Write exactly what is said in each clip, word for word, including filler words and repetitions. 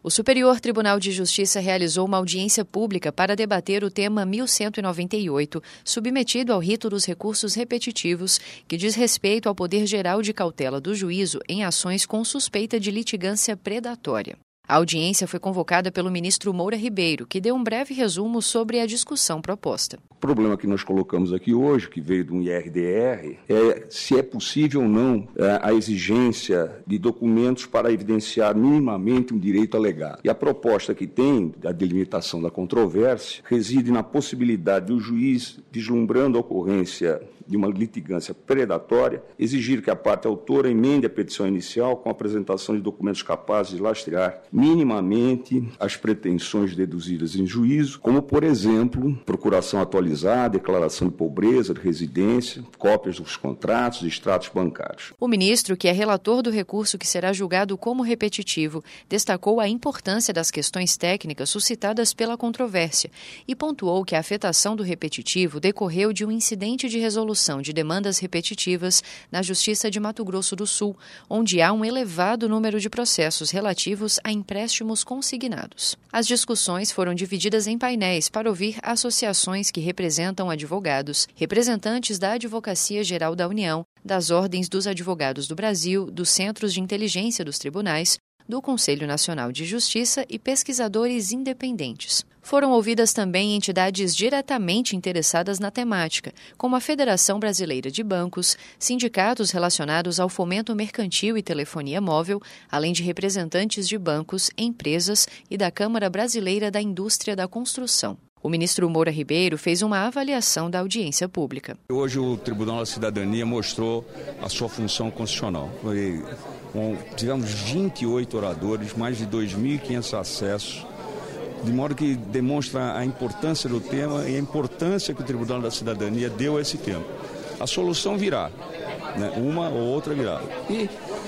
O Superior Tribunal de Justiça realizou uma audiência pública para debater o tema mil cento e noventa e oito, submetido ao rito dos recursos repetitivos, que diz respeito ao poder geral de cautela do juízo em ações com suspeita de litigância predatória. A audiência foi convocada pelo ministro Moura Ribeiro, que deu um breve resumo sobre a discussão proposta. O problema que nós colocamos aqui hoje, que veio de um I R D R, é se é possível ou não a exigência de documentos para evidenciar minimamente um direito alegado. E a proposta que tem, a delimitação da controvérsia, reside na possibilidade do juiz, vislumbrando a ocorrência de uma litigância predatória, exigir que a parte autora emende a petição inicial com a apresentação de documentos capazes de lastrear minimamente as pretensões deduzidas em juízo, como, por exemplo, procuração atualizada, declaração de pobreza, de residência, cópias dos contratos e extratos bancários. O ministro, que é relator do recurso que será julgado como repetitivo, destacou a importância das questões técnicas suscitadas pela controvérsia e pontuou que a afetação do repetitivo decorreu de um incidente de resolução de demandas repetitivas na Justiça de Mato Grosso do Sul, onde há um elevado número de processos relativos a empréstimos consignados. As discussões foram divididas em painéis para ouvir associações que representam advogados, representantes da Advocacia Geral da União, das Ordens dos Advogados do Brasil, dos Centros de Inteligência dos Tribunais, do Conselho Nacional de Justiça e pesquisadores independentes. Foram ouvidas também entidades diretamente interessadas na temática, como a Federação Brasileira de Bancos, sindicatos relacionados ao fomento mercantil e telefonia móvel, além de representantes de bancos, empresas e da Câmara Brasileira da Indústria da Construção. O ministro Moura Ribeiro fez uma avaliação da audiência pública. Hoje o Tribunal da Cidadania mostrou a sua função constitucional. Foi, bom, tivemos vinte e oito oradores, mais de dois mil e quinhentos acessos, de modo que demonstra a importância do tema e a importância que o Tribunal da Cidadania deu a esse tema. A solução virá, né? Uma ou outra virá. E,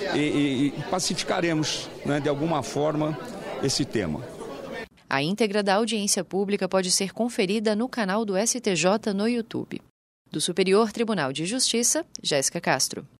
e, e pacificaremos, né, de alguma forma, esse tema. A íntegra da audiência pública pode ser conferida no canal do S T J no YouTube. Do Superior Tribunal de Justiça, Jéssica Castro.